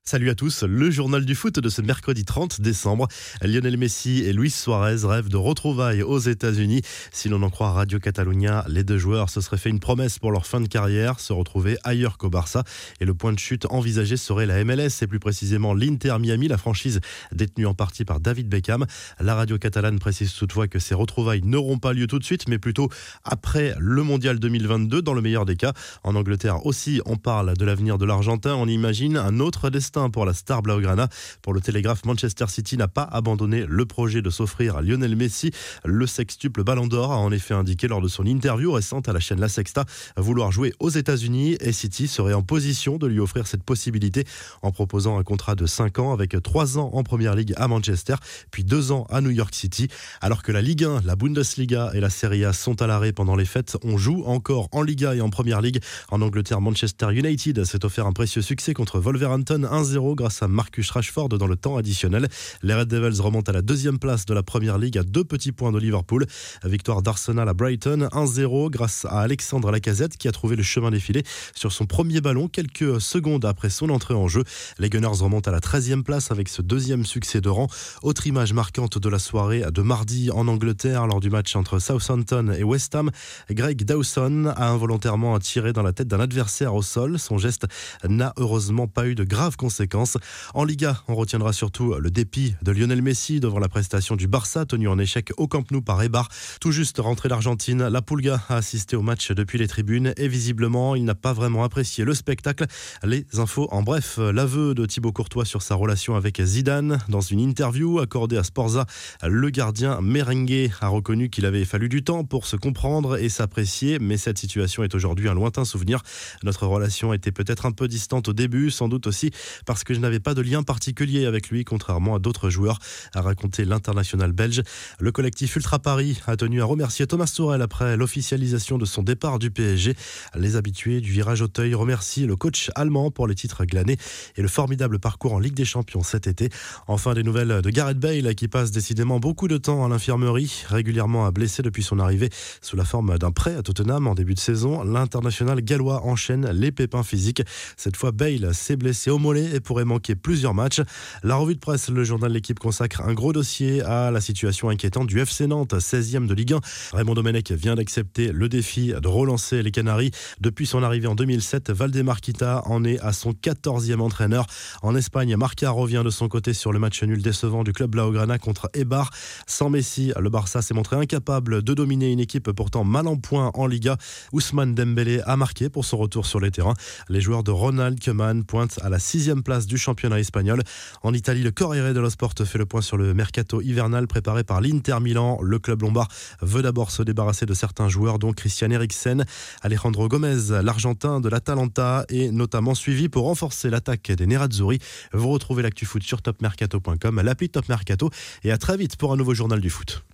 Salut à tous, le journal du foot de ce mercredi 30 décembre. Lionel Messi et Luis Suarez rêvent de retrouvailles aux États-Unis. Si l'on en croit Radio Catalunya, les deux joueurs se seraient fait une promesse pour leur fin de carrière, se retrouver ailleurs qu'au Barça. Et le point de chute envisagé serait la MLS et plus précisément l'Inter Miami, la franchise détenue en partie par David Beckham. La radio catalane précise toutefois que ces retrouvailles n'auront pas lieu tout de suite, mais plutôt après le Mondial 2022, dans le meilleur des cas. En Angleterre aussi, on parle de l'avenir de l'Argentin. On imagine un autre destin pour la star Blaugrana. Pour le Télégraphe, Manchester City n'a pas abandonné le projet de s'offrir à Lionel Messi. Le sextuple Ballon d'Or a en effet indiqué lors de son interview récente à la chaîne La Sexta vouloir jouer aux États-Unis, et City serait en position de lui offrir cette possibilité en proposant un contrat de 5 ans avec 3 ans en Première Ligue à Manchester, puis 2 ans à New York City. Alors que la Ligue 1, la Bundesliga et la Serie A sont à l'arrêt pendant les fêtes, on joue encore en Liga et en Première Ligue. En Angleterre, Manchester United s'est offert un précieux succès contre Wolverhampton 1-0 grâce à Marcus Rashford dans le temps additionnel. Les Red Devils remontent à la 2e place de la Première Ligue à 2 petits points de Liverpool. Victoire d'Arsenal à Brighton 1-0 grâce à Alexandre Lacazette qui a trouvé le chemin des filets sur son premier ballon quelques secondes après son entrée en jeu. Les Gunners remontent à la 13e place avec ce 2e succès de rang. Autre image marquante de la soirée de mardi en Angleterre lors du match entre Southampton et West Ham. Greg Dawson a involontairement tiré dans la tête d'un adversaire au sol. Son geste n'a heureusement pas eu de graves conséquences. En Liga, on retiendra surtout le dépit de Lionel Messi devant la prestation du Barça, tenu en échec au Camp Nou par Eibar. Tout juste rentré d'Argentine, la Pulga a assisté au match depuis les tribunes et visiblement, il n'a pas vraiment apprécié le spectacle. Les infos en bref, l'aveu de Thibaut Courtois sur sa relation avec Zidane. Dans une interview accordée à Sporza, le gardien merengue a reconnu qu'il avait fallu du temps pour se comprendre et s'apprécier, mais cette situation est aujourd'hui un lointain souvenir. Notre relation était peut-être un peu distante au début, sans doute aussi parce que je n'avais pas de lien particulier avec lui, contrairement à d'autres joueurs, a raconté l'international belge. Le collectif Ultra Paris a tenu à remercier Thomas Tuchel après l'officialisation de son départ du PSG. Les habitués du virage Auteuil remercient le coach allemand pour les titres glanés et le formidable parcours en Ligue des Champions cet été. Enfin, des nouvelles de Gareth Bale qui passe décidément beaucoup de temps à l'infirmerie, régulièrement blessé depuis son arrivée sous la forme d'un prêt à Tottenham en début de saison. L'international gallois enchaîne les pépins physiques. Cette fois, Bale s'est blessé au mollet et pourrait manquer plusieurs matchs. La revue de presse, le journal L'Équipe consacre un gros dossier à la situation inquiétante du FC Nantes, 16e de Ligue 1. Raymond Domenech vient d'accepter le défi de relancer les Canaries. Depuis son arrivée en 2007, Valdemar Kita en est à son 14e entraîneur. En Espagne, Marca revient de son côté sur le match nul décevant du club Blaugrana contre Eibar. Sans Messi, le Barça s'est montré incapable de dominer une équipe pourtant mal en point en Liga. Ousmane Dembélé a marqué pour son retour sur les terrains. Les joueurs de Ronald Koeman pointent à la 6e place du championnat espagnol. En Italie, le Corriere dello Sport fait le point sur le mercato hivernal préparé par l'Inter Milan. Le club lombard veut d'abord se débarrasser de certains joueurs, dont Christian Eriksen. Alejandro Gomez, l'Argentin de l'Atalanta, est notamment suivi pour renforcer l'attaque des Nerazzurri. Vous retrouvez l'actu foot sur topmercato.com, l'appli Top Mercato, et à très vite pour un nouveau journal du foot.